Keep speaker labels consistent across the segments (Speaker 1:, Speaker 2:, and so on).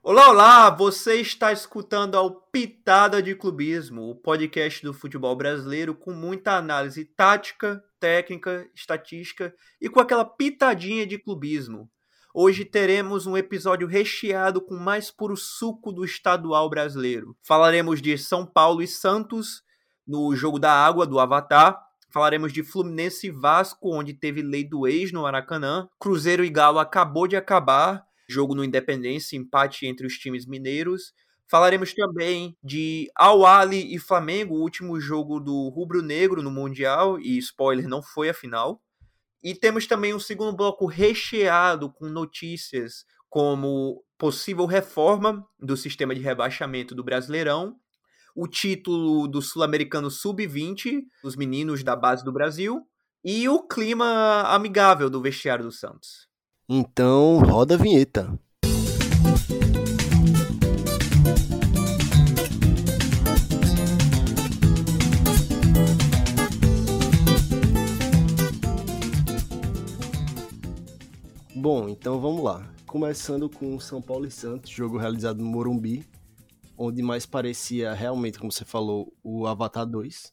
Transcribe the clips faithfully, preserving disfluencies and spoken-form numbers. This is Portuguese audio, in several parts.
Speaker 1: Olá, olá! Você está escutando ao Pitada de Clubismo, o podcast do futebol brasileiro com muita análise tática, técnica, estatística e com aquela pitadinha de clubismo. Hoje teremos um episódio recheado com o mais puro suco do estadual brasileiro. Falaremos de São Paulo e Santos no jogo da água do Avatar. Falaremos de Fluminense e Vasco, onde teve lei do ex no Maracanã. Cruzeiro e Galo acabou de acabar. Jogo no Independência, empate entre os times mineiros. Falaremos também de Al-Ahly e Flamengo, o último jogo do rubro-negro no Mundial, e spoiler, não foi a final. E temos também um segundo bloco recheado com notícias como possível reforma do sistema de rebaixamento do Brasileirão, o título do Sul-Americano sub vinte, os meninos da base do Brasil, e o clima amigável do vestiário do Santos.
Speaker 2: Então, roda a vinheta. Bom, então vamos lá. Começando com São Paulo e Santos, jogo realizado no Morumbi, onde mais parecia realmente, como você falou, o Avatar dois.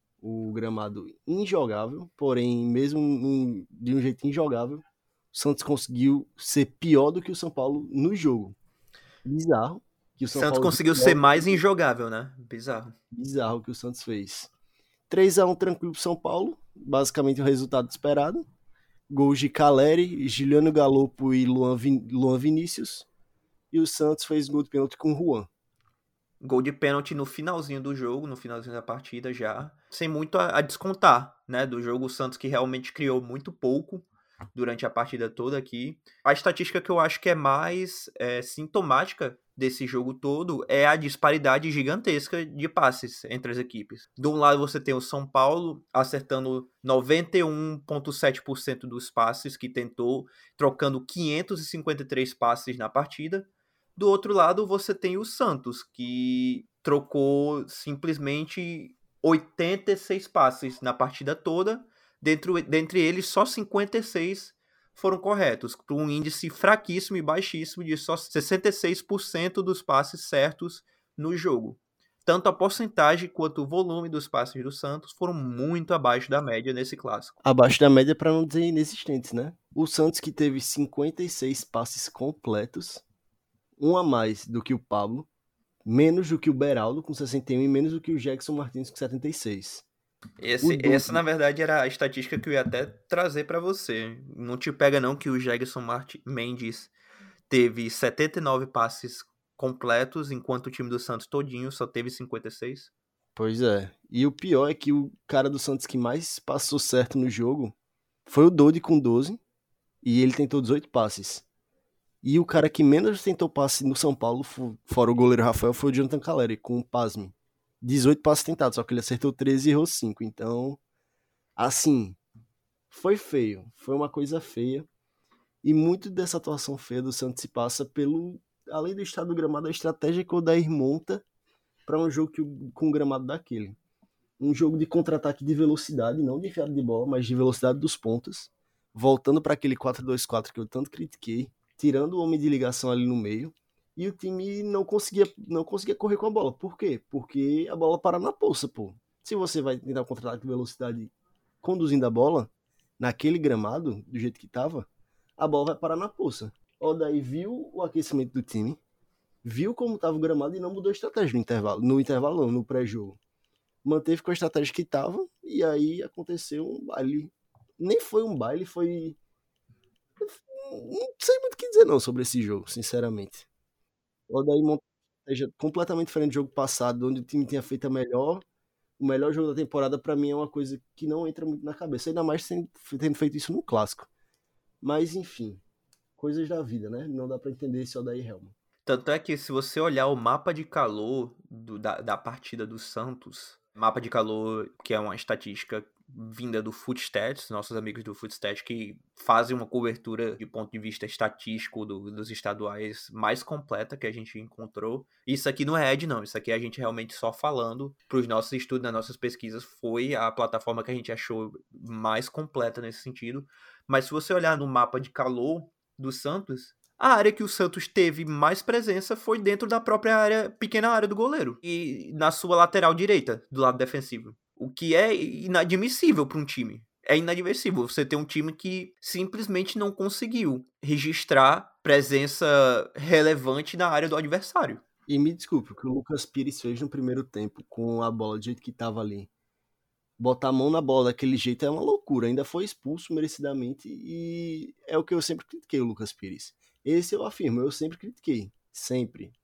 Speaker 2: O gramado injogável, porém, mesmo um, de um jeito injogável, o Santos conseguiu ser pior do que o São Paulo no jogo. Bizarro. Que o São
Speaker 1: Santos
Speaker 2: Paulo
Speaker 1: conseguiu ser mais injogável, né? Bizarro.
Speaker 2: Bizarro que o Santos fez. três a um tranquilo pro São Paulo, basicamente o resultado esperado. Gols de Caleri, Giuliano Galopo e Luan, Vin- Luan Vinícius. E o Santos fez gol de pênalti com o Juan.
Speaker 1: Gol de pênalti no finalzinho do jogo, no finalzinho da partida já. Sem muito a, a descontar, né? Do jogo, o Santos que realmente criou muito pouco durante a partida toda aqui. A estatística que eu acho que é mais é, sintomática desse jogo todo é a disparidade gigantesca de passes entre as equipes. De um lado você tem o São Paulo acertando noventa e um vírgula sete por cento dos passes que tentou, trocando quinhentos e cinquenta e três passes na partida. Do outro lado, você tem o Santos, que trocou simplesmente oitenta e seis passes na partida toda. Dentre, dentre eles, só cinquenta e seis foram corretos, para um índice fraquíssimo e baixíssimo de só sessenta e seis por cento dos passes certos no jogo. Tanto a porcentagem quanto o volume dos passes do Santos foram muito abaixo da média nesse clássico.
Speaker 2: Abaixo da média, para não dizer inexistentes, né? O Santos, que teve cinquenta e seis passes completos, um a mais do que o Pablo, menos do que o Beraldo com sessenta e um e menos do que o Jackson Martins com setenta e seis.
Speaker 1: Esse, essa, na verdade, era a estatística que eu ia até trazer para você. Não te pega não que o Jackson Marti- Mendes teve setenta e nove passes completos, enquanto o time do Santos todinho só teve cinquenta e seis?
Speaker 2: Pois é. E o pior é que o cara do Santos que mais passou certo no jogo foi o Dodi com doze, e ele tentou dezoito passes. E o cara que menos tentou passe no São Paulo, fora o goleiro Rafael, foi o Jonathan Caleri, com, pasme, dezoito passes tentados, só que ele acertou treze e errou cinco. Então, assim, foi feio. Foi uma coisa feia. E muito dessa atuação feia do Santos se passa pelo, além do estado do gramado, a estratégia que o Odair monta para um jogo que, com um gramado daquele. Um jogo de contra-ataque de velocidade, não de enfiada de bola, mas de velocidade dos pontas. Voltando para aquele quatro dois quatro que eu tanto critiquei, tirando o homem de ligação ali no meio, e o time não conseguia, não conseguia correr com a bola. Por quê? Porque a bola para na poça, pô. Se você vai tentar contra-ataque de velocidade conduzindo a bola, naquele gramado, do jeito que tava, a bola vai parar na poça. O daí viu o aquecimento do time, viu como tava o gramado e não mudou a estratégia no intervalo, no intervalo não, no pré-jogo. Manteve com a estratégia que tava, e aí aconteceu um baile. Nem foi um baile, foi... Não sei muito o que dizer não sobre esse jogo, sinceramente. O daí montou uma estratégia completamente diferente do jogo passado, onde o time tinha feito a melhor, o melhor jogo da temporada. Pra mim é uma coisa que não entra muito na cabeça, ainda mais tendo feito isso no clássico. Mas enfim, coisas da vida, né? Não dá pra entender esse Odair Helman.
Speaker 1: Tanto é que se você olhar o mapa de calor do, da, da partida do Santos, mapa de calor que é uma estatística vinda do Footstats, nossos amigos do Footstats que fazem uma cobertura de ponto de vista estatístico do, dos estaduais mais completa que a gente encontrou. Isso aqui não é Ed não, isso aqui é a gente realmente só falando para os nossos estudos, nas nossas pesquisas, foi a plataforma que a gente achou mais completa nesse sentido. Mas se você olhar no mapa de calor do Santos, A área que o Santos teve mais presença foi dentro da própria área, pequena área do goleiro. E na sua lateral direita, do lado defensivo. O que é inadmissível para um time. É inadmissível você ter um time que simplesmente não conseguiu registrar presença relevante na área do adversário.
Speaker 2: E me desculpe, o que o Lucas Pires fez no primeiro tempo com a bola do jeito que tava ali. Botar a mão na bola daquele jeito é uma loucura. Ainda foi expulso merecidamente e é o que eu sempre critiquei o Lucas Pires. Esse eu afirmo, eu sempre critiquei. Sempre.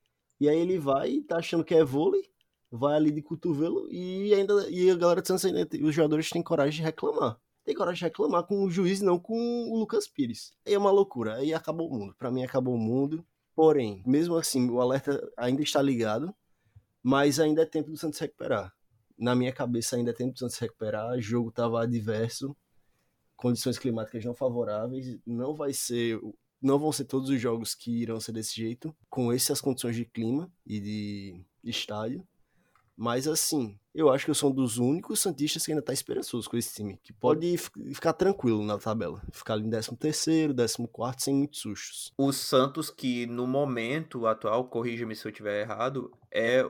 Speaker 2: E aí ele vai e tá achando que é vôlei, vai ali de cotovelo e ainda e a galera de Santos, ainda, os jogadores têm coragem de reclamar. Tem coragem de reclamar com o juiz e não com o Lucas Pires. Aí é uma loucura. Aí acabou o mundo. Pra mim acabou o mundo. Porém, mesmo assim, o alerta ainda está ligado, mas ainda é tempo do Santos recuperar. Na minha cabeça ainda é tempo do Santos recuperar, o jogo estava adverso, condições climáticas não favoráveis, não vai ser, não vão ser todos os jogos que irão ser desse jeito, com essas condições de clima e de estádio. Mas assim, eu acho que eu sou um dos únicos santistas que ainda tá esperançoso com esse time, que pode ficar tranquilo na tabela, ficar ali em décimo terceiro, décimo quarto, sem muitos sustos.
Speaker 1: O Santos, que no momento atual, corrija-me se eu estiver errado, é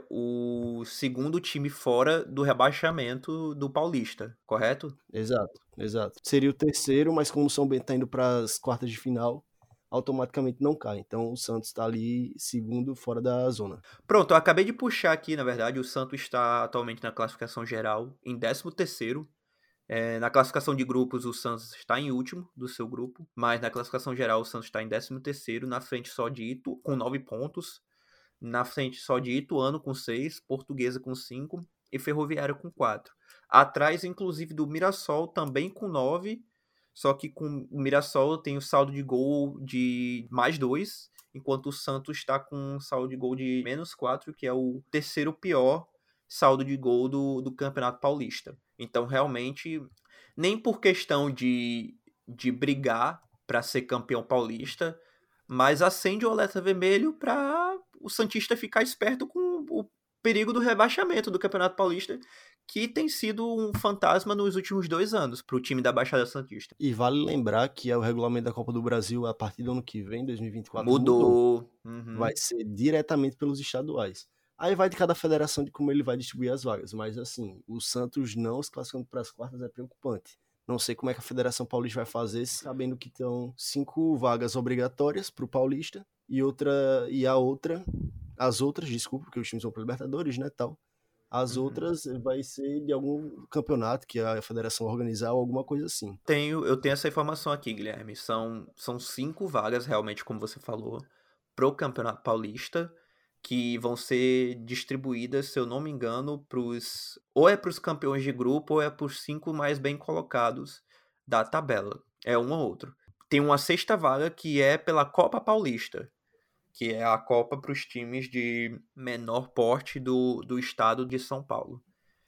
Speaker 1: o segundo time fora do rebaixamento do Paulista, correto?
Speaker 2: Exato, exato. Seria o terceiro, mas como o São Bento tá indo para as quartas de final, automaticamente não cai. Então o Santos está ali segundo fora da zona.
Speaker 1: Pronto, eu acabei de puxar aqui, na verdade, o Santos está atualmente na classificação geral em décimo terceiro. É, na classificação de grupos, o Santos está em último do seu grupo, mas na classificação geral, o Santos está em décimo terceiro, na frente só de Itu, com nove pontos, na frente só de Ituano com seis, Portuguesa com cinco e Ferroviária com quatro. Atrás, inclusive, do Mirassol, também com nove, só que com o Mirassol tem o saldo de gol de mais dois, enquanto o Santos está com um saldo de gol de menos quatro, que é o terceiro pior saldo de gol do, do Campeonato Paulista. Então, realmente, nem por questão de, de brigar para ser campeão paulista, mas acende o alerta vermelho para o Santista ficar esperto com o perigo do rebaixamento do Campeonato Paulista, que tem sido um fantasma nos últimos dois anos para o time da Baixada Santista.
Speaker 2: E vale lembrar que o regulamento da Copa do Brasil, a partir do ano que vem, dois mil e vinte e quatro,
Speaker 1: mudou.
Speaker 2: mudou.
Speaker 1: Uhum.
Speaker 2: Vai ser diretamente pelos estaduais. Aí vai de cada federação de como ele vai distribuir as vagas. Mas assim, o Santos não se classificando para as quartas é preocupante. Não sei como é que a Federação Paulista vai fazer, sabendo que estão cinco vagas obrigatórias para o Paulista e outra e a outra, as outras, desculpa, porque os times vão para Libertadores, né, tal. As
Speaker 1: Uhum.
Speaker 2: outras vai ser de algum campeonato que a federação organizar ou alguma coisa assim.
Speaker 1: Tenho, eu tenho essa informação aqui, Guilherme. São, são cinco vagas, realmente, como você falou, pro Campeonato Paulista, que vão ser distribuídas, se eu não me engano, pros, ou é para os campeões de grupo ou é para os cinco mais bem colocados da tabela. É um ou outro. Tem uma sexta vaga que é pela Copa Paulista, que é a Copa para os times de menor porte do, do estado de São Paulo.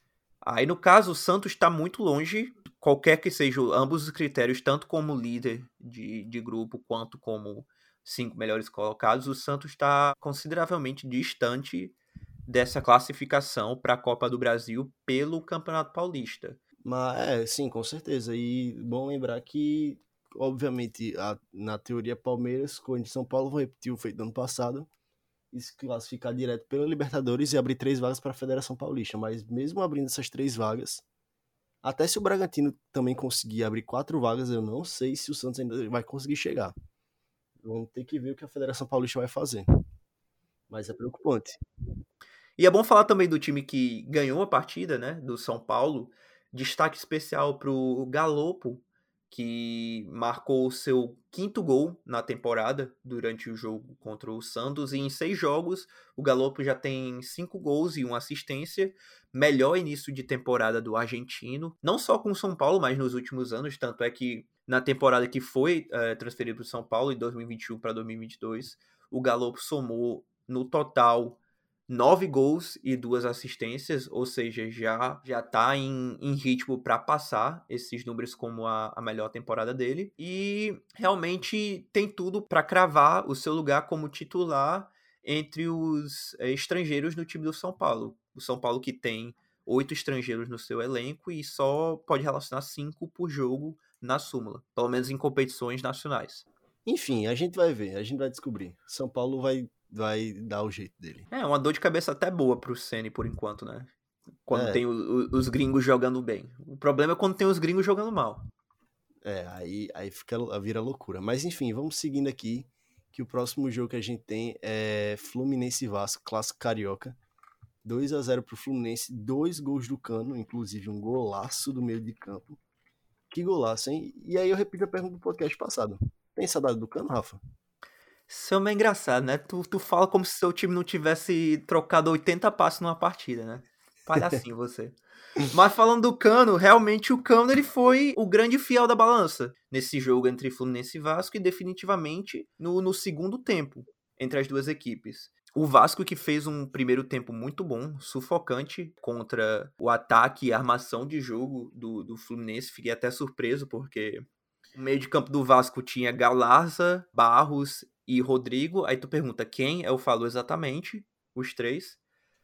Speaker 1: Aí, no caso, o Santos está muito longe, qualquer que sejam ambos os critérios, tanto como líder de, de grupo quanto como cinco melhores colocados, o Santos está consideravelmente distante dessa classificação para a Copa do Brasil pelo Campeonato Paulista.
Speaker 2: Mas é, sim, com certeza. E bom lembrar que, obviamente, a, na teoria Palmeiras, Corinthians e São Paulo vão repetir o feito do ano passado e se classificar direto pela Libertadores e abrir três vagas para a Federação Paulista. Mas mesmo abrindo essas três vagas, até se o Bragantino também conseguir abrir quatro vagas, eu não sei se o Santos ainda vai conseguir chegar. Vamos ter que ver o que a Federação Paulista vai fazer. Mas é preocupante.
Speaker 1: E é bom falar também do time que ganhou a partida, né, do São Paulo. Destaque especial para o Galopo, que marcou o seu quinto gol na temporada durante o jogo contra o Santos. E em seis jogos, o Galopo já tem cinco gols e uma assistência. Melhor início de temporada do argentino. Não só com o São Paulo, mas nos últimos anos. Tanto é que na temporada que foi é, transferido para o São Paulo, em dois mil e vinte e um para dois mil e vinte e dois, o Galopo somou no total nove gols e duas assistências, ou seja, já já tá em, em ritmo para passar esses números como a, a melhor temporada dele. E realmente tem tudo para cravar o seu lugar como titular entre os é, estrangeiros no time do São Paulo. O São Paulo que tem oito estrangeiros no seu elenco e só pode relacionar cinco por jogo na súmula, pelo menos em competições nacionais.
Speaker 2: Enfim, a gente vai ver, a gente vai descobrir. São Paulo vai, vai dar o jeito dele.
Speaker 1: É, uma dor de cabeça até boa pro Ceni por enquanto, né? Quando
Speaker 2: É,
Speaker 1: tem o, o, os gringos jogando bem. O problema é quando tem os gringos jogando mal.
Speaker 2: é, aí, aí fica, vira loucura. Mas enfim, vamos seguindo aqui, que o próximo jogo que a gente tem é Fluminense e Vasco, clássico carioca. dois a zero pro Fluminense, dois gols do Cano, inclusive um golaço do meio de campo. Que golaço, hein? E aí eu repito a pergunta do podcast passado. Tem saudade do Cano, Rafa?
Speaker 1: Isso é meio engraçado, né? Tu, tu fala como se seu time não tivesse trocado oitenta passes numa partida, né? Palhacinho você. Mas falando do Cano, realmente o Cano ele foi o grande fiel da balança nesse jogo entre Fluminense e Vasco e definitivamente no, no segundo tempo entre as duas equipes. O Vasco que fez um primeiro tempo muito bom, sufocante contra o ataque e a armação de jogo do, do Fluminense. Fiquei até surpreso porque o meio de campo do Vasco tinha Galarza, Barros e Rodrigo. Aí tu pergunta quem? Eu falo exatamente, os três.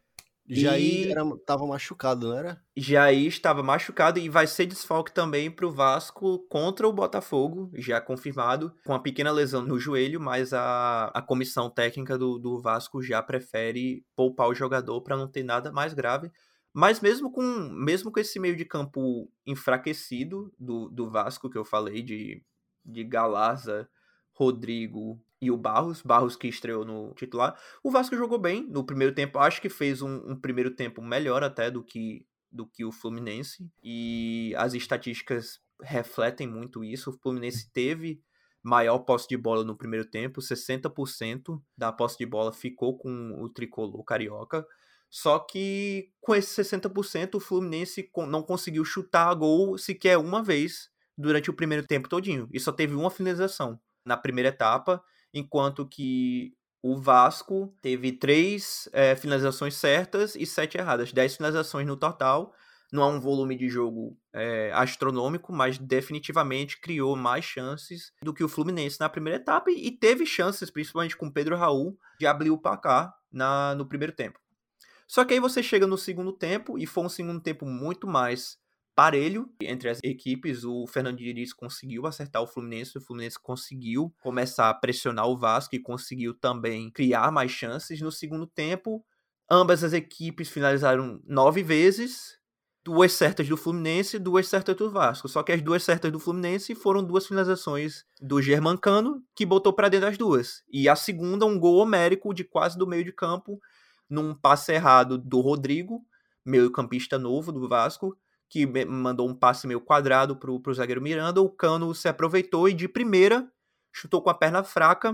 Speaker 2: Jair
Speaker 1: E
Speaker 2: era, tava machucado, não era?
Speaker 1: Jair estava machucado e vai ser desfalque também para o Vasco contra o Botafogo, já confirmado, com uma pequena lesão no joelho, mas a, a comissão técnica do, do Vasco já prefere poupar o jogador para não ter nada mais grave. Mas mesmo com, mesmo com esse meio de campo enfraquecido do, do Vasco, que eu falei, de, de Galarza, Rodrigo e o Barros, Barros que estreou no titular, o Vasco jogou bem no primeiro tempo, acho que fez um, um primeiro tempo melhor até do que, do que o Fluminense, e as estatísticas refletem muito isso. O Fluminense teve maior posse de bola no primeiro tempo, sessenta por cento da posse de bola ficou com o tricolor carioca, só que com esse sessenta por cento o Fluminense não conseguiu chutar a gol sequer uma vez durante o primeiro tempo todinho, e só teve uma finalização na primeira etapa, enquanto que o Vasco teve três é, finalizações certas e sete erradas, dez finalizações no total. Não é um volume de jogo é, astronômico, mas definitivamente criou mais chances do que o Fluminense na primeira etapa e, e teve chances, principalmente com o Pedro Raul, de abrir o placar na, no primeiro tempo. Só que aí você chega no segundo tempo e foi um segundo tempo muito mais parelho entre as equipes. O Fernando Diniz conseguiu acertar o Fluminense, o Fluminense conseguiu começar a pressionar o Vasco e conseguiu também criar mais chances. No segundo tempo, ambas as equipes finalizaram nove vezes, duas certas do Fluminense e duas certas do Vasco. Só que as duas certas do Fluminense foram duas finalizações do Germancano, que botou para dentro das duas. E a segunda, um gol homérico de quase do meio de campo, num passe errado do Rodrigo, meio campista novo do Vasco, que mandou um passe meio quadrado pro, pro zagueiro Miranda. O Cano se aproveitou e de primeira chutou com a perna fraca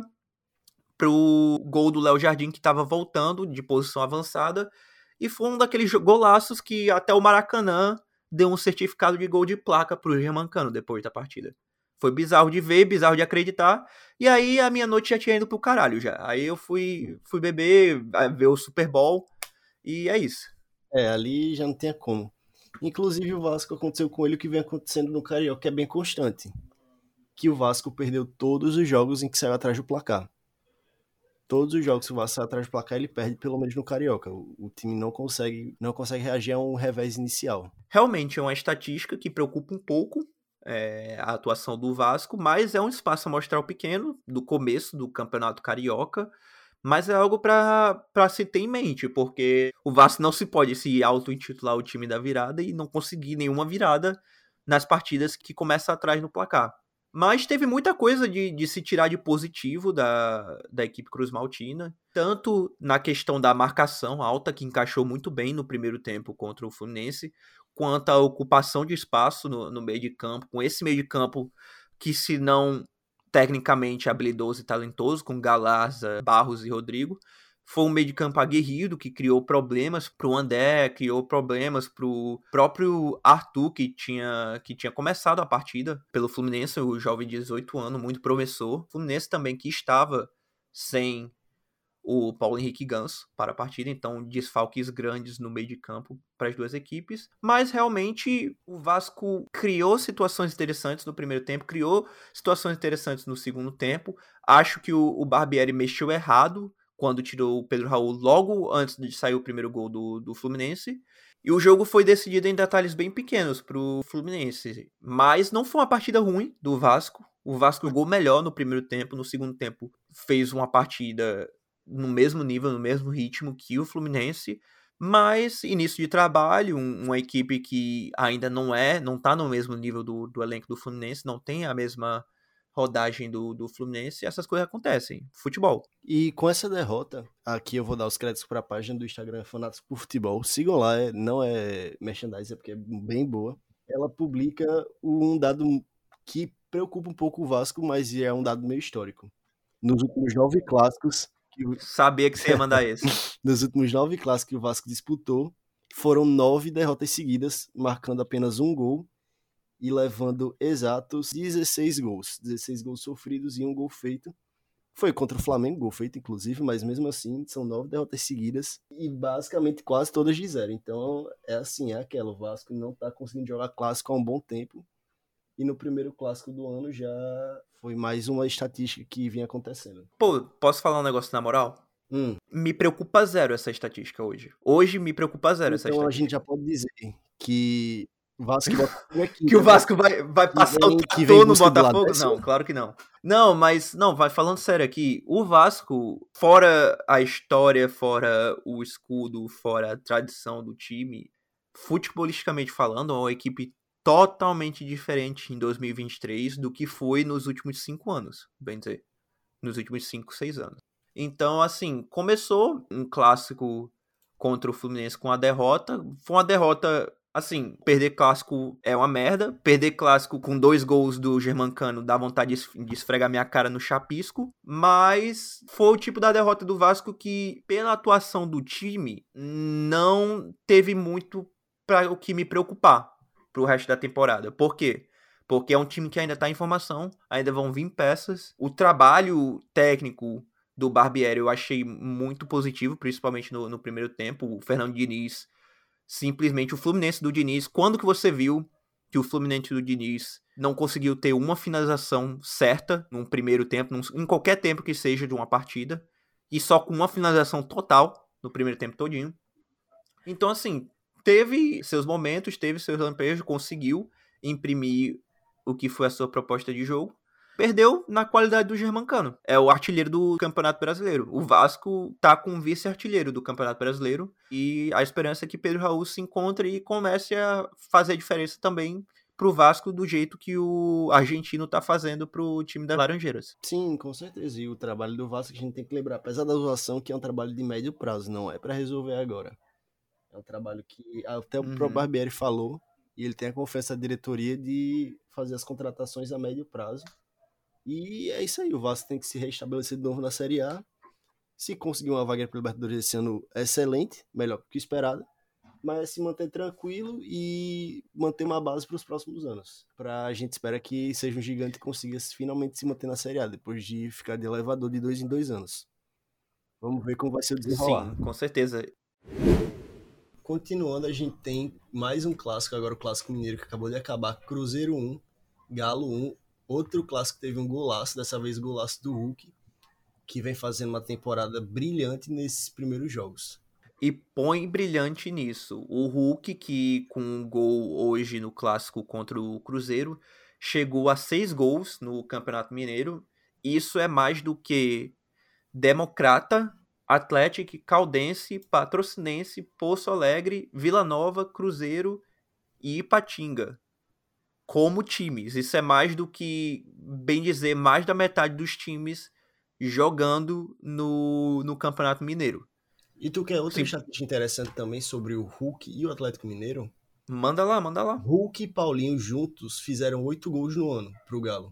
Speaker 1: pro gol do Léo Jardim, que estava voltando de posição avançada, e foi um daqueles golaços que até o Maracanã deu um certificado de gol de placa pro Germancano depois da partida. Foi bizarro de ver, bizarro de acreditar, e aí a minha noite já tinha ido pro caralho já. Aí eu fui, fui beber, ver o Super Bowl, e é isso.
Speaker 2: É, ali já não tinha como. Inclusive o Vasco aconteceu com ele o que vem acontecendo no Carioca, que é bem constante. Que o Vasco perdeu todos os jogos em que saiu atrás do placar. Todos os jogos que o Vasco sai atrás do placar, ele perde pelo menos no Carioca. O, o time não consegue, não consegue reagir a um revés inicial.
Speaker 1: Realmente é uma estatística que preocupa um pouco é, a atuação do Vasco, mas é um espaço amostral pequeno do começo do Campeonato Carioca, mas é algo para se ter em mente, porque o Vasco não se pode se auto-intitular o time da virada e não conseguir nenhuma virada nas partidas que começa atrás no placar. Mas teve muita coisa de, de se tirar de positivo da, da equipe Cruz Maltina, tanto na questão da marcação alta, que encaixou muito bem no primeiro tempo contra o Fluminense, quanto à ocupação de espaço no, no meio de campo, com esse meio de campo que, se não tecnicamente habilidoso e talentoso, com Galarza, Barros e Rodrigo, foi um meio de campo aguerrido que criou problemas para o André, criou problemas para o próprio Arthur, que tinha, que tinha começado a partida pelo Fluminense, o jovem de dezoito anos, muito promissor. O Fluminense também que estava sem o Paulo Henrique Ganso para a partida, então desfalques grandes no meio de campo para as duas equipes, mas realmente o Vasco criou situações interessantes no primeiro tempo, criou situações interessantes no segundo tempo. Acho que o, o Barbieri mexeu errado quando tirou o Pedro Raul logo antes de sair o primeiro gol do, do Fluminense, e o jogo foi decidido em detalhes bem pequenos para o Fluminense, mas não foi uma partida ruim do Vasco. O Vasco jogou melhor no primeiro tempo, no segundo tempo fez uma partida no mesmo nível, no mesmo ritmo que o Fluminense, mas início de trabalho, um, uma equipe que ainda não é, não tá no mesmo nível do, do elenco do Fluminense, não tem a mesma rodagem do, do Fluminense, e essas coisas acontecem. Futebol.
Speaker 2: E com essa derrota, aqui eu vou dar os créditos para a página do Instagram Fanáticos por Futebol. Sigam lá, é, não é merchandise, é porque é bem boa. Ela publica um dado que preocupa um pouco o Vasco, mas é um dado meio histórico. Nos últimos nove clássicos... Que...
Speaker 1: Sabia que você ia mandar esse.
Speaker 2: Nos últimos nove clássicos que o Vasco disputou, foram nove derrotas seguidas, marcando apenas um gol e levando exatos dezesseis gols. dezesseis gols sofridos e um gol feito. Foi contra o Flamengo, gol feito inclusive, mas mesmo assim são nove derrotas seguidas e basicamente quase todas de zero. Então é assim, é aquela, o Vasco não tá conseguindo jogar clássico há um bom tempo e no primeiro clássico do ano já foi mais uma estatística que vinha acontecendo.
Speaker 1: Pô, posso falar um negócio na moral?
Speaker 2: Hum.
Speaker 1: Me preocupa zero essa estatística hoje. Hoje me preocupa zero
Speaker 2: então,
Speaker 1: essa estatística.
Speaker 2: Então a gente já pode dizer que o Vasco aqui,
Speaker 1: que o Vasco vai, vai passar vem, o trator no Botafogo? Não, claro que não. Não, mas, não, vai falando sério aqui, o Vasco, fora a história, fora o escudo, fora a tradição do time, futebolisticamente falando, é uma equipe totalmente diferente em dois mil e vinte e três do que foi nos últimos cinco anos, bem dizer. Nos últimos cinco, seis anos. Então, assim, começou um clássico contra o Fluminense com a derrota, foi uma derrota... Assim, perder clássico é uma merda. Perder clássico com dois gols do Germancano dá vontade de esfregar minha cara no chapisco. Mas foi o tipo da derrota do Vasco que, pela atuação do time, não teve muito para o que me preocupar pro resto da temporada. Por quê? Porque é um time que ainda tá em formação, ainda vão vir peças. O trabalho técnico do Barbieri eu achei muito positivo, principalmente no, no primeiro tempo. O Fernando Diniz... Simplesmente o Fluminense do Diniz, quando que você viu que o Fluminense do Diniz não conseguiu ter uma finalização certa num primeiro tempo, num, em qualquer tempo que seja de uma partida, e só com uma finalização total no primeiro tempo todinho. Então, assim, teve seus momentos, teve seus lampejos, conseguiu imprimir o que foi a sua proposta de jogo. Perdeu na qualidade do Germancano. É o artilheiro do Campeonato Brasileiro. O Vasco tá com o vice-artilheiro do Campeonato Brasileiro. E a esperança é que Pedro Raul se encontre e comece a fazer diferença também pro Vasco do jeito que o argentino tá fazendo pro time das Laranjeiras.
Speaker 2: Sim, com certeza. E o trabalho do Vasco a gente tem que lembrar, apesar da zoação, que é um trabalho de médio prazo, não é para resolver agora. É um trabalho que até o uhum. próprio Barbieri falou, e ele tem a confiança da diretoria de fazer as contratações a médio prazo. E é isso aí, o Vasco tem que se restabelecer de novo na Série A. Se conseguir uma vaga para o Libertadores esse ano, é excelente, melhor do que esperado. Mas se manter tranquilo e manter uma base para os próximos anos. Pra, a gente espera que seja um gigante e consiga finalmente se manter na Série A, depois de ficar de elevador de dois em dois anos. Vamos ver como vai ser o desenrolar.
Speaker 1: Sim, com certeza.
Speaker 2: Continuando, a gente tem mais um clássico, agora o Clássico Mineiro, que acabou de acabar. Cruzeiro um, Galo um. Outro clássico teve um golaço, dessa vez o golaço do Hulk, que vem fazendo uma temporada brilhante nesses primeiros jogos.
Speaker 1: E põe brilhante nisso. O Hulk, que com um gol hoje no clássico contra o Cruzeiro, chegou a seis gols no Campeonato Mineiro. Isso é mais do que Democrata, Atlético, Caldense, Patrocinense, Poço Alegre, Vila Nova, Cruzeiro e Ipatinga. Como times. Isso é mais do que, bem dizer, mais da metade dos times jogando no, no Campeonato Mineiro.
Speaker 2: E tu quer outra estatística interessante também sobre o Hulk e o Atlético Mineiro?
Speaker 1: Manda lá, manda lá.
Speaker 2: Hulk e Paulinho juntos fizeram oito gols no ano pro Galo.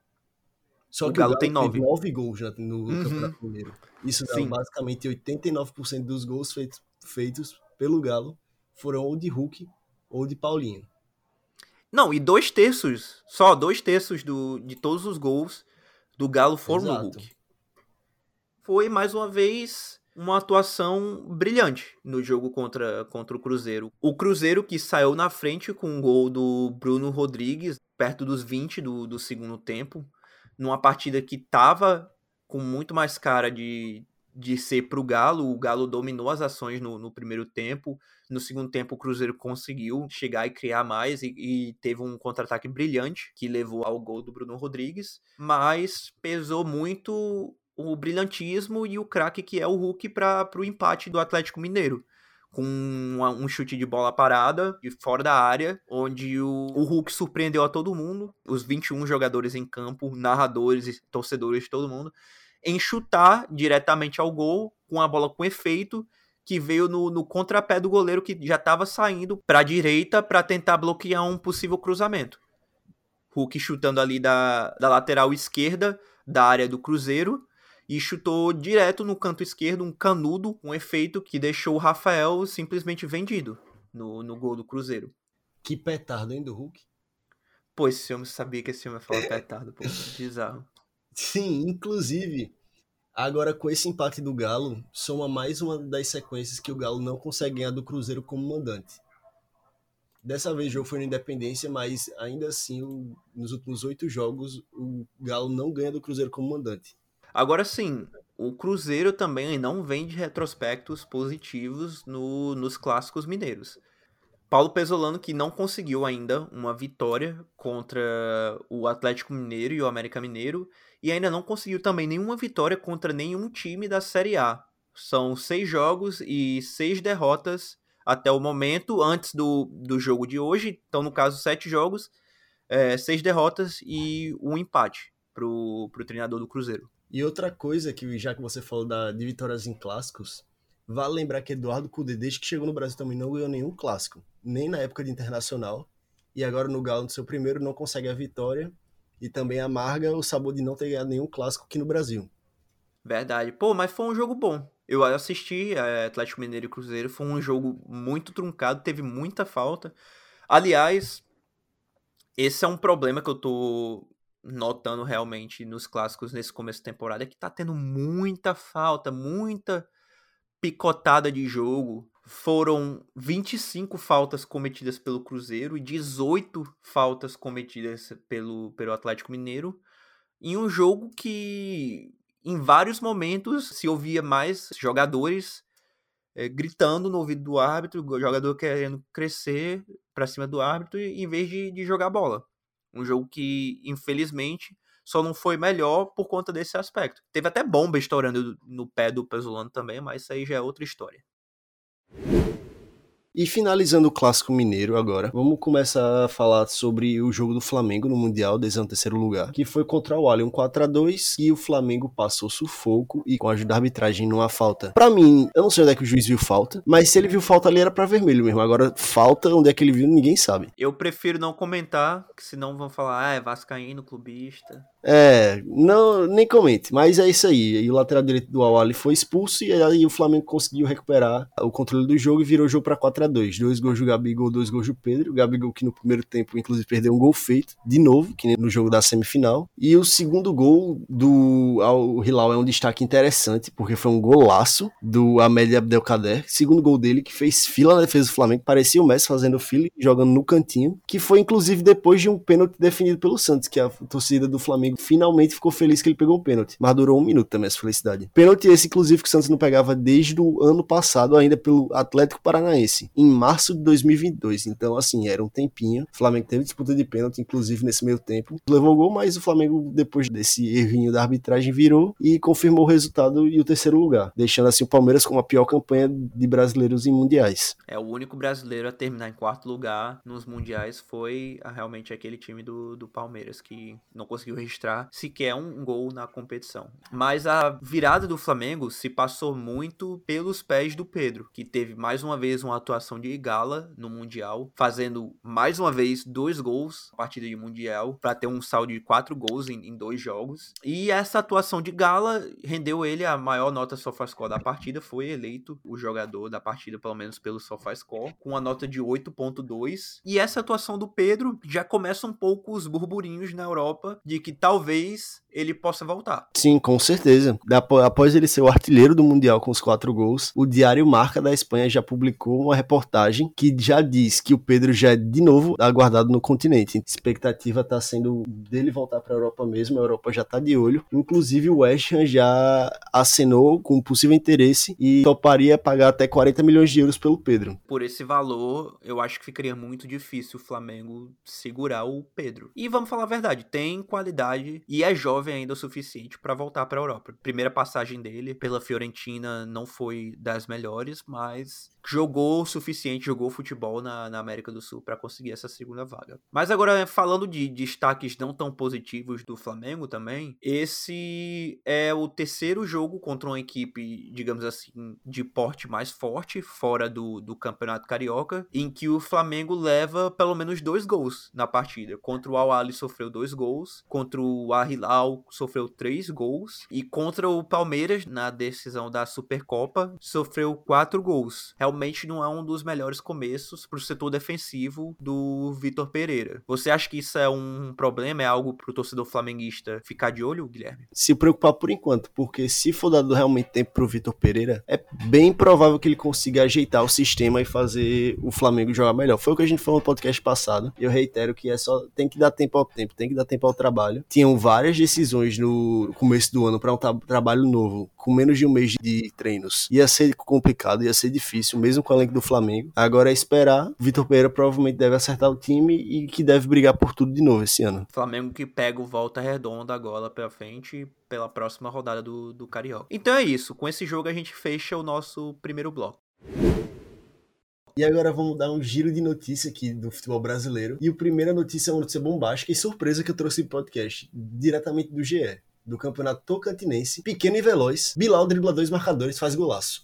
Speaker 2: Só
Speaker 1: o
Speaker 2: que
Speaker 1: Galo
Speaker 2: o Galo
Speaker 1: tem nove.
Speaker 2: nove gols no
Speaker 1: uhum.
Speaker 2: Campeonato Mineiro. Isso dá
Speaker 1: Sim.
Speaker 2: basicamente oitenta e nove por cento dos gols feitos, feitos pelo Galo foram ou de Hulk ou de Paulinho.
Speaker 1: Não, e dois terços, só dois terços do, de todos os gols do Galo foram
Speaker 2: Exato.
Speaker 1: no Hulk. Foi, mais uma vez, uma atuação brilhante no jogo contra, contra o Cruzeiro. O Cruzeiro que saiu na frente com um gol do Bruno Rodrigues, perto dos vinte do, do segundo tempo, numa partida que tava com muito mais cara de, de ser pro Galo. O Galo dominou as ações no, no primeiro tempo. No segundo tempo, o Cruzeiro conseguiu chegar e criar mais e, e teve um contra-ataque brilhante que levou ao gol do Bruno Rodrigues, mas pesou muito o brilhantismo e o craque que é o Hulk para o empate do Atlético Mineiro, com uma, um chute de bola parada de fora da área, onde o, o Hulk surpreendeu a todo mundo, os vinte e um jogadores em campo, narradores e torcedores, todo mundo, em chutar diretamente ao gol, com a bola com efeito, que veio no, no contrapé do goleiro que já estava saindo para a direita para tentar bloquear um possível cruzamento. Hulk chutando ali da, da lateral esquerda da área do Cruzeiro e chutou direto no canto esquerdo, um canudo, um efeito que deixou o Rafael simplesmente vendido no, no gol do Cruzeiro.
Speaker 2: Que petardo, hein, do Hulk?
Speaker 1: Pô, esse homem sabia que esse homem ia falar petardo, pô, bizarro.
Speaker 2: Sim, inclusive, agora com esse empate do Galo, soma mais uma das sequências que o Galo não consegue ganhar do Cruzeiro como mandante. Dessa vez o jogo foi na Independência, mas ainda assim, o, nos últimos oito jogos, o Galo não ganha do Cruzeiro como mandante.
Speaker 1: Agora sim, o Cruzeiro também não vem de retrospectos positivos no, nos clássicos mineiros. Paulo Pesolano, que não conseguiu ainda uma vitória contra o Atlético Mineiro e o América Mineiro, e ainda não conseguiu também nenhuma vitória contra nenhum time da Série A. São seis jogos e seis derrotas até o momento, antes do, do jogo de hoje. Então, no caso, sete jogos, é, seis derrotas e um empate para o treinador do Cruzeiro.
Speaker 2: E outra coisa, que já que você falou da, de vitórias em clássicos, vale lembrar que Eduardo Cudê, desde que chegou no Brasil, também não ganhou nenhum clássico, nem na época de Internacional, e agora no Galo, no seu primeiro, não consegue a vitória, e também amarga o sabor de não ter ganhado nenhum clássico aqui no Brasil.
Speaker 1: Verdade. Pô, mas foi um jogo bom. Eu assisti é, Atlético Mineiro e Cruzeiro, foi um jogo muito truncado, teve muita falta. Aliás, esse é um problema que eu tô notando realmente nos clássicos nesse começo de temporada, é que tá tendo muita falta, muita picotada de jogo. Foram vinte e cinco faltas cometidas pelo Cruzeiro e dezoito faltas cometidas pelo, pelo Atlético Mineiro, em um jogo que em vários momentos se ouvia mais jogadores é, gritando no ouvido do árbitro, o jogador querendo crescer pra cima do árbitro em vez de, de jogar bola. Um jogo que, infelizmente, só não foi melhor por conta desse aspecto. Teve até bomba estourando no pé do Pesolano também, mas isso aí já é outra história.
Speaker 2: E finalizando o Clássico Mineiro agora, vamos começar a falar sobre o jogo do Flamengo no Mundial, desde o terceiro lugar, que foi contra o Allianz, um quatro a dois, e o Flamengo passou sufoco e com a ajuda da arbitragem numa falta. Pra mim, eu não sei onde é que o juiz viu falta, mas se ele viu falta ali era pra vermelho mesmo. Agora, falta, onde é que ele viu, ninguém sabe.
Speaker 1: Eu prefiro não comentar, que senão vão falar, ah, é vascaíno, clubista.
Speaker 2: É, não, nem comente, mas é isso aí. E o lateral direito do Al-Ahly foi expulso e aí o Flamengo conseguiu recuperar o controle do jogo e virou o jogo para quatro a dois. Dois gols do Gabigol, dois gols do Pedro. O Gabigol que no primeiro tempo inclusive perdeu um gol feito, de novo, que nem no jogo da semifinal. E o segundo gol do Al-Hilal é um destaque interessante, porque foi um golaço do Ahmed Abdelkader. Segundo gol dele, que fez fila na defesa do Flamengo, parecia o Messi fazendo fila e jogando no cantinho, que foi inclusive depois de um pênalti definido pelo Santos, que a torcida do Flamengo finalmente ficou feliz que ele pegou o pênalti, mas durou um minuto também essa felicidade. Pênalti esse, inclusive, que o Santos não pegava desde o ano passado, ainda pelo Atlético Paranaense, em março de dois mil e vinte e dois. Então, assim, era um tempinho. O Flamengo teve disputa de pênalti, inclusive, nesse meio tempo. Levou o gol, mas o Flamengo, depois desse errinho da arbitragem, virou e confirmou o resultado e o terceiro lugar, deixando, assim, o Palmeiras com a pior campanha de brasileiros em mundiais.
Speaker 1: É, o único brasileiro a terminar em quarto lugar nos mundiais foi realmente aquele time do, do Palmeiras, que não conseguiu registrar sequer um gol na competição. Mas a virada do Flamengo se passou muito pelos pés do Pedro, que teve mais uma vez uma atuação de gala no Mundial, fazendo mais uma vez dois gols na partida de Mundial, para ter um saldo de quatro gols em, em dois jogos. E essa atuação de gala rendeu ele a maior nota SofaScore da partida, foi eleito o jogador da partida, pelo menos pelo SofaScore, com uma nota de oito ponto dois. E essa atuação do Pedro já começa um pouco os burburinhos na Europa de que tal talvez ele possa voltar.
Speaker 2: Sim, com certeza. Após ele ser o artilheiro do Mundial com os quatro gols, o Diário Marca da Espanha já publicou uma reportagem que já diz que o Pedro já é de novo aguardado no continente. A expectativa está sendo dele voltar para a Europa mesmo, a Europa já está de olho. Inclusive o West Ham já acenou com possível interesse e toparia pagar até quarenta milhões de euros pelo Pedro.
Speaker 1: Por esse valor, eu acho que ficaria muito difícil o Flamengo segurar o Pedro. E vamos falar a verdade, tem qualidade e é jovem ainda o suficiente para voltar para a Europa. Primeira passagem dele pela Fiorentina não foi das melhores, mas jogou o suficiente, jogou futebol na, na América do Sul para conseguir essa segunda vaga. Mas agora, falando de destaques não tão positivos do Flamengo também, esse é o terceiro jogo contra uma equipe, digamos assim, de porte mais forte, fora do, do Campeonato Carioca, em que o Flamengo leva pelo menos dois gols na partida. Contra o Al-Ahly sofreu dois gols, contra o Al-Hilal sofreu três gols, e contra o Palmeiras, na decisão da Supercopa, sofreu quatro gols. Realmente não é um dos melhores começos para o setor defensivo do Vitor Pereira. Você acha que isso é um problema? É algo para o torcedor flamenguista ficar de olho, Guilherme?
Speaker 2: Se preocupar por enquanto, porque se for dado realmente tempo para o Vitor Pereira, é bem provável que ele consiga ajeitar o sistema e fazer o Flamengo jogar melhor. Foi o que a gente falou no podcast passado. Eu reitero que é só tem que dar tempo ao tempo, tem que dar tempo ao trabalho. Tinham várias decisões no começo do ano para um tra- trabalho novo, com menos de um mês de treinos. Ia ser complicado, ia ser difícil, mesmo com o elenco do Flamengo. Agora é esperar. Vitor Pereira provavelmente deve acertar o time e que deve brigar por tudo de novo esse ano.
Speaker 1: Flamengo que pega o Volta Redonda agora pela frente pela próxima rodada do, do Carioca. Então é isso. Com esse jogo a gente fecha o nosso primeiro bloco.
Speaker 2: E agora vamos dar um giro de notícia aqui do futebol brasileiro. E a primeira notícia é uma notícia bombástica e surpresa que eu trouxe pro podcast, diretamente do G E, do Campeonato Tocantinense. Pequeno e veloz, Bilal dribla dois marcadores, faz golaço.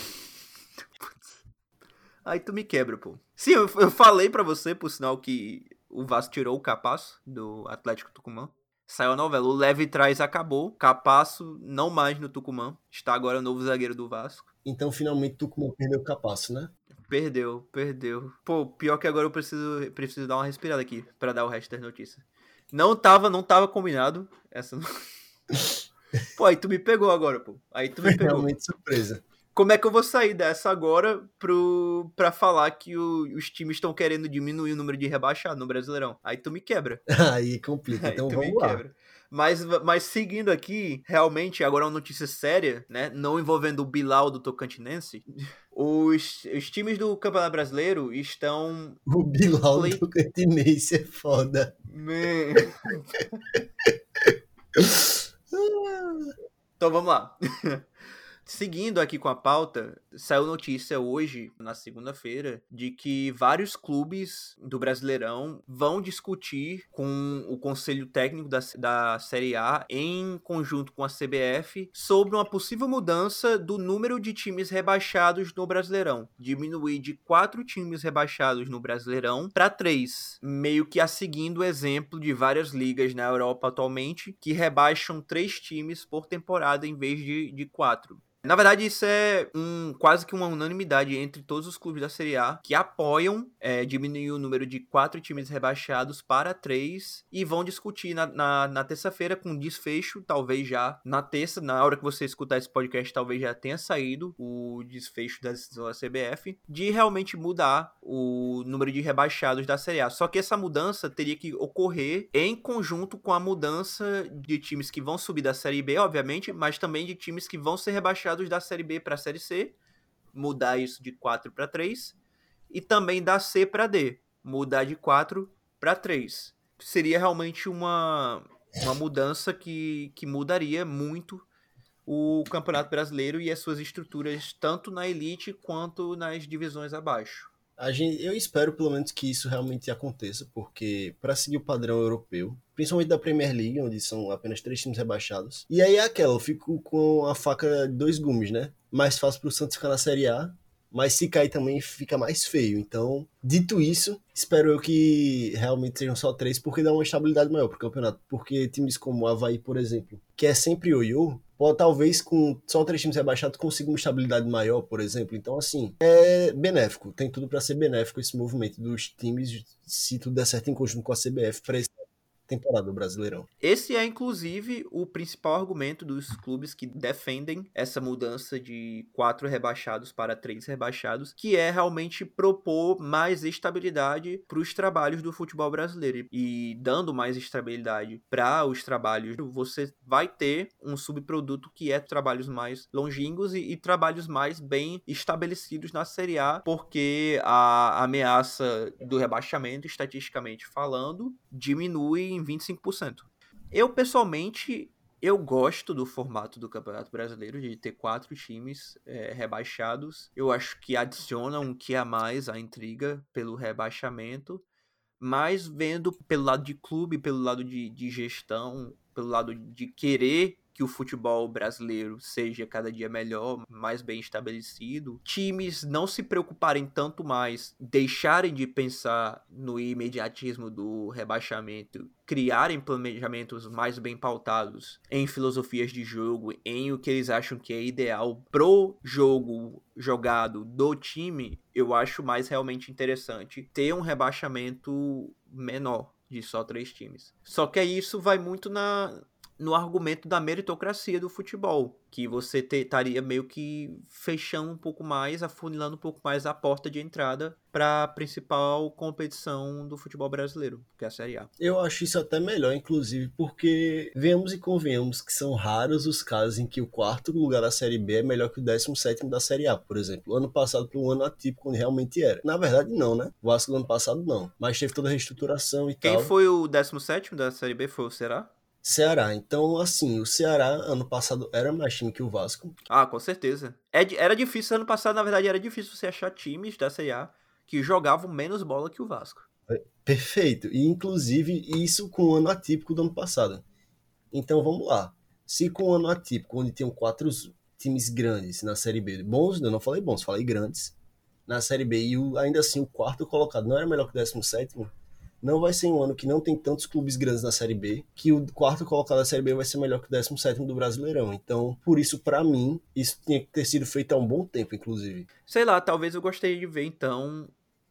Speaker 1: Aí tu me quebra, pô. Sim, eu, eu falei pra você, por sinal, que o Vasco tirou o Capasso do Atlético Tucumã. Saiu a novela, o Leve Trás acabou, Capasso não mais no Tucumã, está agora o novo zagueiro do Vasco.
Speaker 2: Então finalmente Tucumã perdeu o Capasso, né?
Speaker 1: Perdeu, perdeu. Pô, pior que agora eu preciso, preciso dar uma respirada aqui pra dar o resto das notícias. Não tava, não tava combinado. Essa não... Pô, aí tu me pegou agora, pô. Aí tu me
Speaker 2: Foi
Speaker 1: pegou.
Speaker 2: realmente surpresa.
Speaker 1: Como é que eu vou sair dessa agora pro, pra falar que o, os times estão querendo diminuir o número de rebaixados no Brasileirão? Aí tu me quebra.
Speaker 2: Aí complica,
Speaker 1: Aí
Speaker 2: então
Speaker 1: tu
Speaker 2: vamos
Speaker 1: me
Speaker 2: lá.
Speaker 1: quebra. Mas, mas seguindo aqui, realmente, agora uma notícia séria, né? Não envolvendo o Bilal do Tocantinense. Os, os times do Campeonato Brasileiro estão...
Speaker 2: O Bilal
Speaker 1: Play...
Speaker 2: do Tocantinense é foda.
Speaker 1: Man. Então vamos lá. Seguindo aqui com a pauta, saiu notícia hoje, na segunda-feira, de que vários clubes do Brasileirão vão discutir com o Conselho Técnico da, da Série A, em conjunto com a C B F, sobre uma possível mudança do número de times rebaixados no Brasileirão. Diminuir de quatro times rebaixados no Brasileirão para três. Meio que a seguindo o exemplo de várias ligas na Europa atualmente, que rebaixam três times por temporada em vez de, de quatro. Na verdade, isso é um, quase que uma unanimidade entre todos os clubes da Série A que apoiam é, diminuir o número de quatro times rebaixados para três e vão discutir na, na, na terça-feira com desfecho, talvez já na terça, na hora que você escutar esse podcast, talvez já tenha saído o desfecho da decisão da C B F, de realmente mudar o número de rebaixados da Série A. Só que essa mudança teria que ocorrer em conjunto com a mudança de times que vão subir da Série B, obviamente, mas também de times que vão ser rebaixados da Série B para a Série C, mudar isso de quatro para três, e também da C para D, mudar de quatro para três. Seria realmente uma, uma mudança que, que mudaria muito o Campeonato Brasileiro e as suas estruturas, tanto na elite quanto nas divisões abaixo.
Speaker 2: A gente, eu espero pelo menos que isso realmente aconteça, porque para seguir o padrão europeu, principalmente da Premier League, onde são apenas três times rebaixados, e aí é aquela, eu fico com a faca de dois gumes, né? Mais fácil pro Santos ficar na Série A, mas se cair também fica mais feio. Então, dito isso, espero eu que realmente sejam só três, porque dá uma estabilidade maior pro campeonato. Porque times como o Avaí, por exemplo, que é sempre ioiô, pode, talvez com só três times rebaixados consiga uma estabilidade maior, por exemplo. Então, assim, é benéfico. Tem tudo para ser benéfico esse movimento dos times, se tudo der certo em conjunto com a C B F, para esse temporada do Brasileirão.
Speaker 1: Esse é, inclusive, o principal argumento dos clubes que defendem essa mudança de quatro rebaixados para três rebaixados, que é realmente propor mais estabilidade para os trabalhos do futebol brasileiro. E dando mais estabilidade para os trabalhos, você vai ter um subproduto que é trabalhos mais longínquos e, e trabalhos mais bem estabelecidos na Série A, porque a ameaça do rebaixamento, estatisticamente falando, diminui em vinte e cinco por cento. Eu, pessoalmente, eu gosto do formato do Campeonato Brasileiro, de ter quatro times é, rebaixados. Eu acho que adiciona um que a mais à intriga pelo rebaixamento, mas vendo pelo lado de clube, pelo lado de, de gestão, pelo lado de querer que o futebol brasileiro seja cada dia melhor, mais bem estabelecido, times não se preocuparem tanto mais, deixarem de pensar no imediatismo do rebaixamento, criarem planejamentos mais bem pautados em filosofias de jogo, em o que eles acham que é ideal pro jogo jogado do time, eu acho mais realmente interessante ter um rebaixamento menor de só três times. Só que isso vai muito na... no argumento da meritocracia do futebol, que você estaria meio que fechando um pouco mais, afunilando um pouco mais a porta de entrada para a principal competição do futebol brasileiro, que é a Série A.
Speaker 2: Eu acho isso até melhor, inclusive, porque venhamos e convenhamos que são raros os casos em que o quarto lugar da Série B é melhor que o décimo sétimo da Série A, por exemplo. Ano passado foi um ano atípico, onde realmente era. Na verdade, não, né? O Vasco do ano passado, não. Mas teve toda a reestruturação e
Speaker 1: Quem
Speaker 2: tal.
Speaker 1: Quem foi o décimo sétimo da Série B? Foi o Ceará?
Speaker 2: Ceará. Então, assim, o Ceará, ano passado, era mais time que o Vasco.
Speaker 1: Ah, com certeza. Era difícil, ano passado, na verdade, era difícil você achar times da Série A que jogavam menos bola que o Vasco.
Speaker 2: Perfeito. E, inclusive, isso com o ano atípico do ano passado. Então, vamos lá. Se com o ano atípico, onde tinham quatro times grandes na Série B, bons, eu não falei bons, falei grandes, na Série B, e o, ainda assim o quarto colocado não era melhor que o décimo sétimo, não vai ser um ano que não tem tantos clubes grandes na Série B, que o quarto colocado da Série B vai ser melhor que o décimo sétimo do Brasileirão. Então, por isso, pra mim, isso tinha que ter sido feito há um bom tempo, inclusive.
Speaker 1: Sei lá, talvez eu gostaria de ver, então,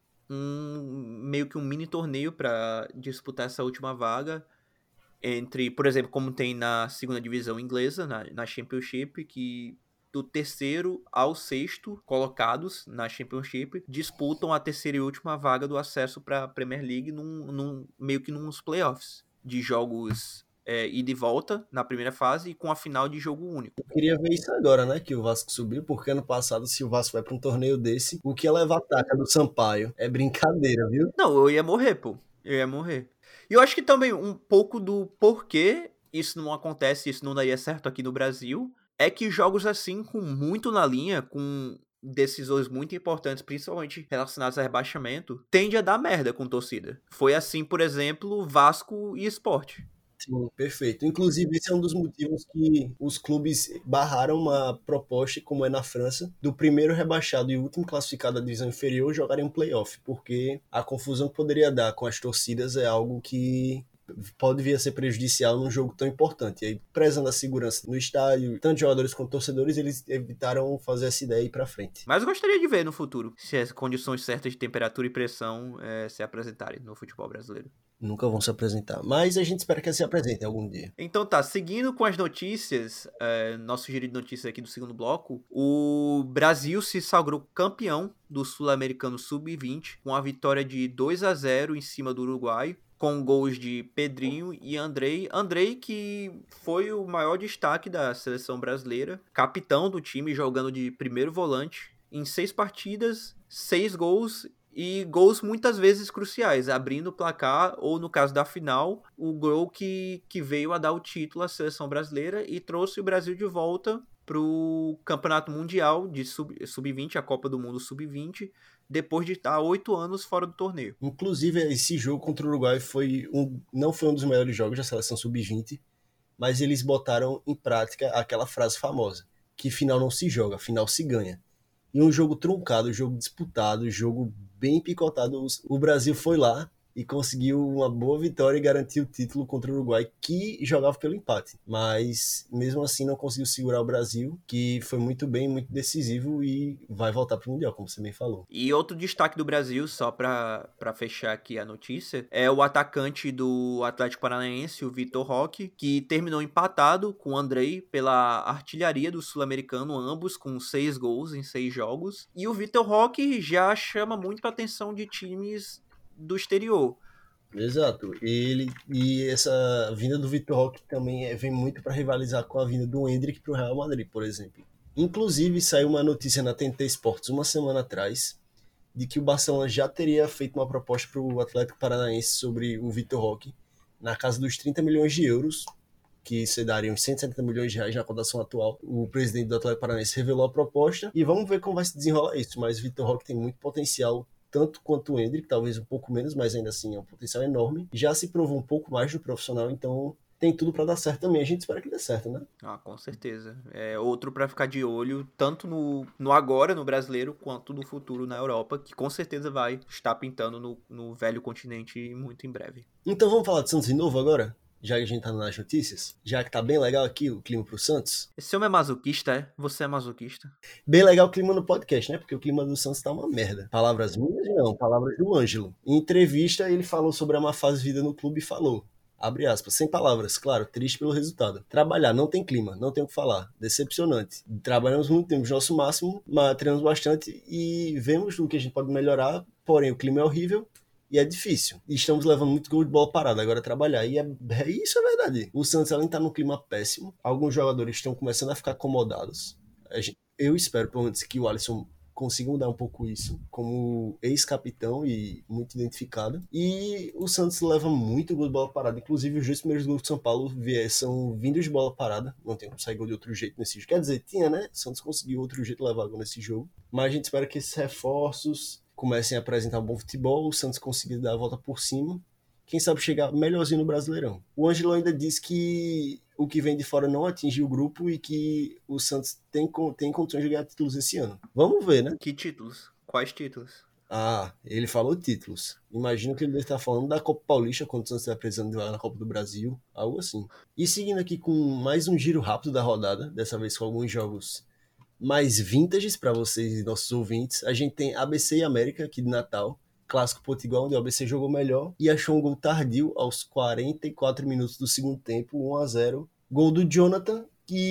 Speaker 1: um meio que um mini torneio pra disputar essa última vaga entre, por exemplo, como tem na segunda divisão inglesa, na, na Championship, que do terceiro ao sexto colocados na Championship disputam a terceira e última vaga do acesso para a Premier League num, num, meio que nos playoffs de jogos é, ida e volta na primeira fase e com a final de jogo único.
Speaker 2: Eu queria ver isso agora, né, que o Vasco subiu, porque ano passado, se o Vasco vai para um torneio desse, o que é levar a taca do Sampaio é brincadeira, viu?
Speaker 1: Não, eu ia morrer, pô. Eu ia morrer. E eu acho que também um pouco do porquê isso não acontece, isso não daria certo aqui no Brasil, é que jogos assim, com muito na linha, com decisões muito importantes, principalmente relacionadas a rebaixamento, tende a dar merda com torcida. Foi assim, por exemplo, Vasco e Sport.
Speaker 2: Sim, perfeito. Inclusive, esse é um dos motivos que os clubes barraram uma proposta, como é na França, do primeiro rebaixado e último classificado da divisão inferior jogarem um playoff, porque a confusão que poderia dar com as torcidas é algo que pode vir a ser prejudicial num jogo tão importante. E aí, prezando a segurança no estádio, tanto jogadores quanto torcedores, eles evitaram fazer essa ideia ir pra frente.
Speaker 1: Mas eu gostaria de ver no futuro, se as condições certas de temperatura e pressão é, se apresentarem no futebol brasileiro.
Speaker 2: Nunca vão se apresentar, mas a gente espera que eles se apresentem algum dia.
Speaker 1: Então tá, seguindo com as notícias, é, nosso giro de notícias aqui do segundo bloco, o Brasil se sagrou campeão do Sul-Americano sub vinte, com a vitória de dois a zero em cima do Uruguai, com gols de Pedrinho e Andrei. Andrei, que foi o maior destaque da seleção brasileira, capitão do time, jogando de primeiro volante, em seis partidas, seis gols e gols muitas vezes cruciais, abrindo o placar, ou no caso da final, o gol que, que veio a dar o título à seleção brasileira e trouxe o Brasil de volta para o Campeonato Mundial de sub vinte, a Copa do Mundo sub vinte, depois de estar oito anos fora do torneio.
Speaker 2: Inclusive, esse jogo contra o Uruguai foi um, não foi um dos melhores jogos da seleção sub vinte, mas eles botaram em prática aquela frase famosa, que final não se joga, final se ganha. E um jogo truncado, um jogo disputado, um jogo bem picotado. O Brasil foi lá e conseguiu uma boa vitória e garantiu o título contra o Uruguai, que jogava pelo empate. Mas, mesmo assim, não conseguiu segurar o Brasil, que foi muito bem, muito decisivo e vai voltar para o Mundial, como você bem falou.
Speaker 1: E outro destaque do Brasil, só para fechar aqui a notícia, é o atacante do Atlético Paranaense, o Vitor Roque, que terminou empatado com o Andrei pela artilharia do Sul-Americano, ambos com seis gols em seis jogos. E o Vitor Roque já chama muito a atenção de times do exterior.
Speaker 2: Exato. Ele, e essa vinda do Vitor Roque também é, vem muito para rivalizar com a vinda do Endrick para o Real Madrid, por exemplo. Inclusive, saiu uma notícia na T N T Sports uma semana atrás de que o Barcelona já teria feito uma proposta para o Atlético Paranaense sobre o Vitor Roque na casa dos trinta milhões de euros, que se dariam cento e setenta milhões de reais na cotação atual. O presidente do Atlético Paranaense revelou a proposta e vamos ver como vai se desenrolar isso. Mas o Vitor Roque tem muito potencial, tanto quanto o Endrick, talvez um pouco menos, mas ainda assim é um potencial enorme. Já se provou um pouco mais do profissional, então tem tudo para dar certo também. A gente espera que dê certo, né?
Speaker 1: Ah, com certeza. É outro para ficar de olho, tanto no, no agora, no brasileiro, quanto no futuro na Europa, que com certeza vai estar pintando no, no velho continente muito em breve.
Speaker 2: Então vamos falar de Santos de novo agora? Já que a gente tá nas notícias, já que tá bem legal aqui o clima pro Santos.
Speaker 1: Esse homem é masoquista, é? Você é masoquista?
Speaker 2: Bem legal o clima no podcast, né? Porque o clima do Santos tá uma merda. Palavras minhas, não, palavras do Ângelo. Em entrevista, ele falou sobre a má fase de vida no clube e falou, abre aspas, sem palavras, claro, triste pelo resultado. Trabalhar, não tem clima, não tem o que falar. Decepcionante. Trabalhamos muito, temos nosso máximo, mas treinamos bastante e vemos o que a gente pode melhorar, porém o clima é horrível. E é difícil. E estamos levando muito gol de bola parada agora a trabalhar. E é, é, isso é verdade. O Santos, além de estar num clima péssimo, alguns jogadores estão começando a ficar acomodados. A gente, eu espero, pelo menos, que o Alisson consiga mudar um pouco isso, como ex-capitão e muito identificado. E o Santos leva muito gol de bola parada. Inclusive, os dois primeiros gols do São Paulo são vindos de bola parada. Não tem como sair gol de outro jeito nesse jogo. Quer dizer, tinha, né? O Santos conseguiu outro jeito de levar gol nesse jogo. Mas a gente espera que esses reforços comecem a apresentar um bom futebol, o Santos consiga dar a volta por cima, quem sabe chegar melhorzinho no Brasileirão. O Ângelo ainda diz que o que vem de fora não atinge o grupo e que o Santos tem, tem condições de ganhar títulos esse ano. Vamos ver, né?
Speaker 1: Que títulos? Quais títulos?
Speaker 2: Ah, ele falou títulos. Imagino que ele deve estar falando da Copa Paulista, quando o Santos está precisando de lá na Copa do Brasil, algo assim. E seguindo aqui com mais um giro rápido da rodada, dessa vez com alguns jogos mais vintages para vocês e nossos ouvintes. A gente tem A B C e América aqui de Natal, clássico Potiguar, onde o A B C jogou melhor e achou um gol tardio aos quarenta e quatro minutos do segundo tempo, um a zero. Gol do Jonathan,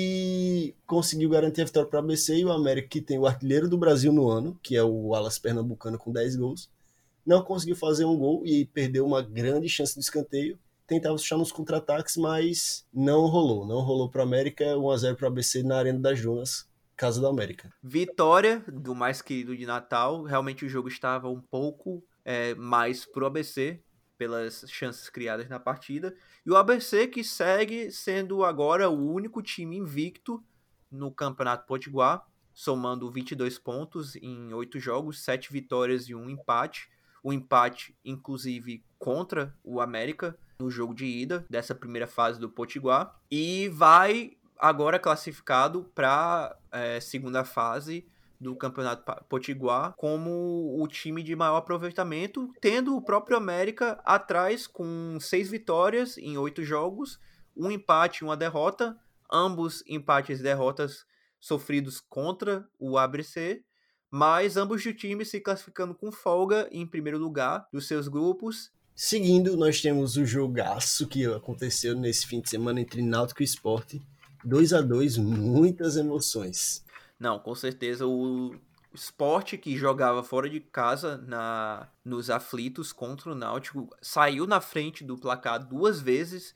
Speaker 2: que conseguiu garantir a vitória para o A B C, e o América, que tem o artilheiro do Brasil no ano, que é o Alas Pernambucano com dez gols, não conseguiu fazer um gol e perdeu uma grande chance de escanteio. Tentava puxar nos contra-ataques, mas não rolou. Não rolou para o América, um a zero para o A B C na Arena das Dunas, Casa da América.
Speaker 1: Vitória do mais querido de Natal. Realmente o jogo estava um pouco é, mais pro A B C, pelas chances criadas na partida. E o A B C que segue sendo agora o único time invicto no Campeonato Potiguar, somando vinte e dois pontos em oito jogos, sete vitórias e um empate. O empate, inclusive, contra o América no jogo de ida dessa primeira fase do Potiguar. E vai agora classificado para é, segunda fase do Campeonato Potiguar como o time de maior aproveitamento, tendo o próprio América atrás com seis vitórias em oito jogos, um empate e uma derrota, ambos empates e derrotas sofridos contra o A B C, mas ambos os times se classificando com folga em primeiro lugar dos seus grupos.
Speaker 2: Seguindo, nós temos o jogaço que aconteceu nesse fim de semana entre Náutico e Sport. dois a dois, muitas emoções.
Speaker 1: Não, com certeza o Sport, que jogava fora de casa na nos aflitos contra o Náutico, saiu na frente do placar duas vezes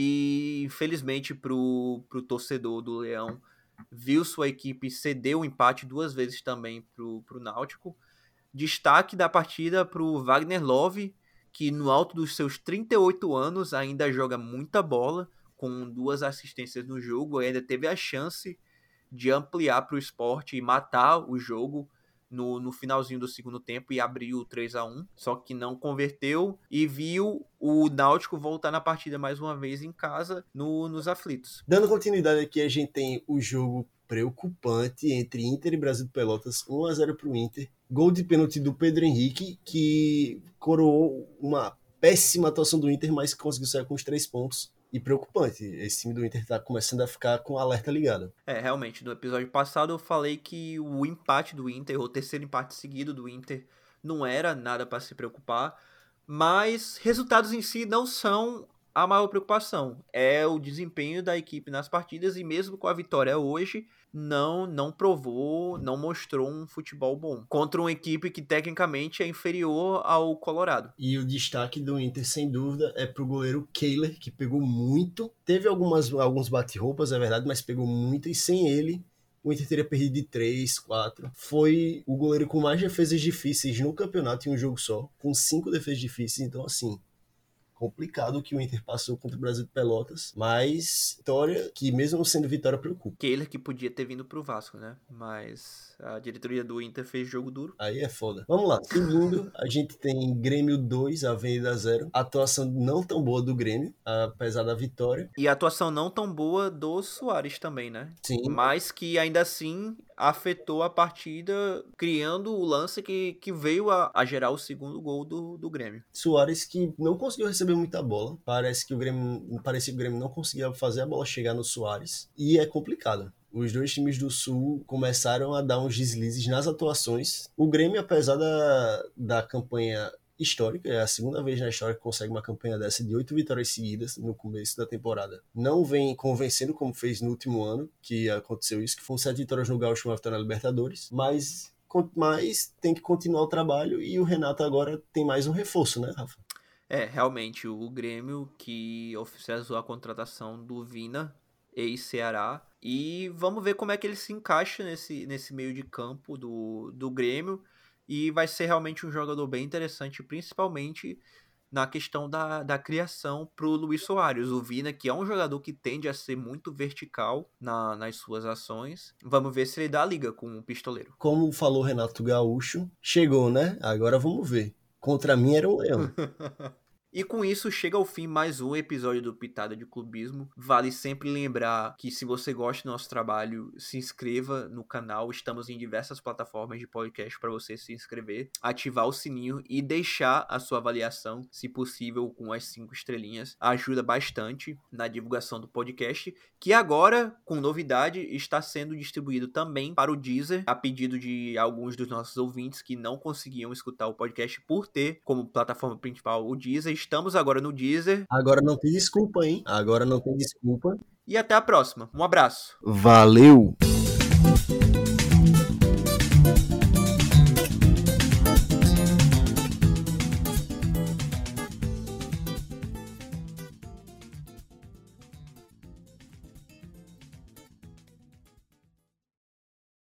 Speaker 1: e, infelizmente, pro, pro torcedor do Leão, viu sua equipe ceder o empate duas vezes também pro, pro Náutico. Destaque da partida pro Wagner Love, que no alto dos seus trinta e oito anos ainda joga muita bola, com duas assistências no jogo, ainda teve a chance de ampliar para o Sport e matar o jogo no, no finalzinho do segundo tempo e abrir o três a um, só que não converteu e viu o Náutico voltar na partida mais uma vez em casa no, nos aflitos.
Speaker 2: Dando continuidade aqui, a gente tem o jogo preocupante entre Inter e Brasil de Pelotas, um a zero para o Inter. Gol de pênalti do Pedro Henrique, que coroou uma péssima atuação do Inter, mas conseguiu sair com os três pontos. E preocupante, esse time do Inter tá começando a ficar com o alerta ligado.
Speaker 1: É, realmente, no episódio passado eu falei que o empate do Inter, o terceiro empate seguido do Inter, não era nada para se preocupar, mas resultados em si não são a maior preocupação. É o desempenho da equipe nas partidas e mesmo com a vitória hoje, não não provou, não mostrou um futebol bom. Contra uma equipe que tecnicamente é inferior ao Colorado.
Speaker 2: E o destaque do Inter, sem dúvida, é pro goleiro Kehler, que pegou muito. Teve algumas, alguns bate-roupas, é verdade, mas pegou muito. E sem ele, o Inter teria perdido de três, quatro. Foi o goleiro com mais defesas difíceis no campeonato em um jogo só, com cinco defesas difíceis. Então, assim, complicado que o Inter passou contra o Brasil de Pelotas, mas vitória que mesmo sendo vitória preocupa.
Speaker 1: Kehler que podia ter vindo pro Vasco, né? Mas a diretoria do Inter fez jogo duro.
Speaker 2: Aí é foda. Vamos lá, seguindo, a gente tem Grêmio dois, Avenida zero. Atuação não tão boa do Grêmio, apesar da vitória.
Speaker 1: E a atuação não tão boa do Soares também, né?
Speaker 2: Sim.
Speaker 1: Mas que ainda assim afetou a partida, criando o lance que, que veio a, a gerar o segundo gol do, do Grêmio.
Speaker 2: Soares que não conseguiu receber muita bola. Parece que o Grêmio, parecia que o Grêmio não conseguia fazer a bola chegar no Soares. E é complicado. Os dois times do Sul começaram a dar uns deslizes nas atuações. O Grêmio, apesar da, da campanha histórica, é a segunda vez na história que consegue uma campanha dessa de oito vitórias seguidas no começo da temporada. Não vem convencendo como fez no último ano, que aconteceu isso, que foram sete vitórias no Gaúcho e uma vitória na Libertadores, mas, mas tem que continuar o trabalho e o Renato agora tem mais um reforço, né, Rafa?
Speaker 1: É, realmente, o Grêmio que oficializou a contratação do Vina, ex-Ceará, e vamos ver como é que ele se encaixa nesse, nesse meio de campo do, do Grêmio, e vai ser realmente um jogador bem interessante, principalmente na questão da, da criação pro Luis Soares. O Vina, que é um jogador que tende a ser muito vertical na, nas suas ações. Vamos ver se ele dá a liga com o pistoleiro.
Speaker 2: Como falou Renato Gaúcho, chegou, né? Agora vamos ver. Contra mim era um leão.
Speaker 1: E com isso chega ao fim mais um episódio do Pitada de Clubismo. Vale sempre lembrar que se você gosta do nosso trabalho, se inscreva no canal. Estamos em diversas plataformas de podcast para você se inscrever, ativar o sininho e deixar a sua avaliação, se possível, com as cinco estrelinhas. Ajuda bastante na divulgação do podcast, que agora, com novidade, está sendo distribuído também para o Deezer, a pedido de alguns dos nossos ouvintes que não conseguiam escutar o podcast por ter como plataforma principal o Deezer. Estamos agora no Deezer.
Speaker 2: Agora não tem desculpa, hein? Agora não tem desculpa.
Speaker 1: E até a próxima. Um abraço.
Speaker 2: Valeu!